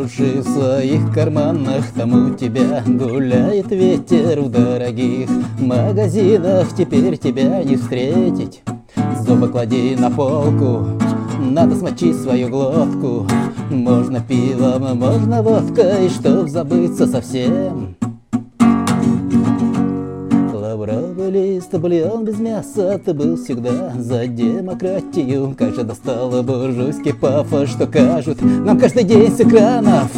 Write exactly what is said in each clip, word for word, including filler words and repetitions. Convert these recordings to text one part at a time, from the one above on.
души в своих карманах. Там у тебя гуляет ветер в дорогих магазинах. Теперь тебя не встретить. Зубы клади на полку, надо смочить свою глотку. Можно пивом, можно водкой, чтоб забыться совсем. Лавровый лист, бульон без мяса, ты был всегда за демократию. Как же достало буржуйский пафос, что кажут нам каждый день с экранов.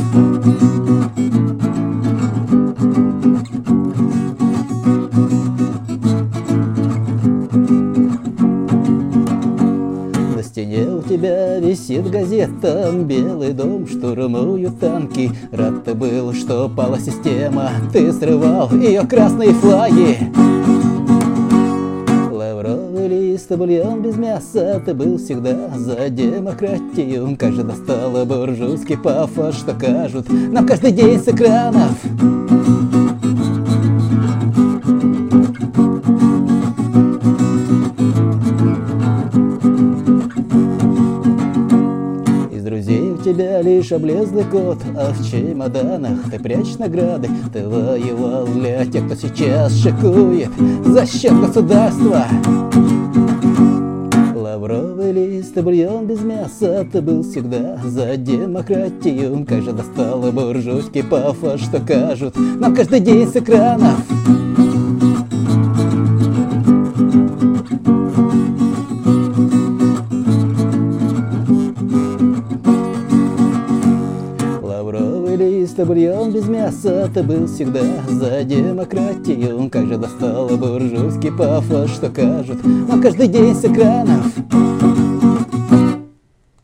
На стене у тебя висит газета, Белый дом штурмуют танки. Рад ты был, что пала система, ты срывал ее красные флаги. Лавровый лист, бульон без мяса, ты был всегда за демократию. Как же достало буржуйский пафос, что кажут нам каждый день с экранов. Друзей у тебя лишь облезлый кот, а в чемоданах ты прячешь награды. Ты воевал для тех, кто сейчас шикует за счет государства. Лавровый лист, бульон без мяса, ты был всегда за демократию. Как же достало буржуйский пафос, что кажут нам каждый день с экранов. Лавровый лист, бульон без мяса, ты был всегда за демократию. Как же достало буржуйский пафос, что кажут нам каждый день с экранов.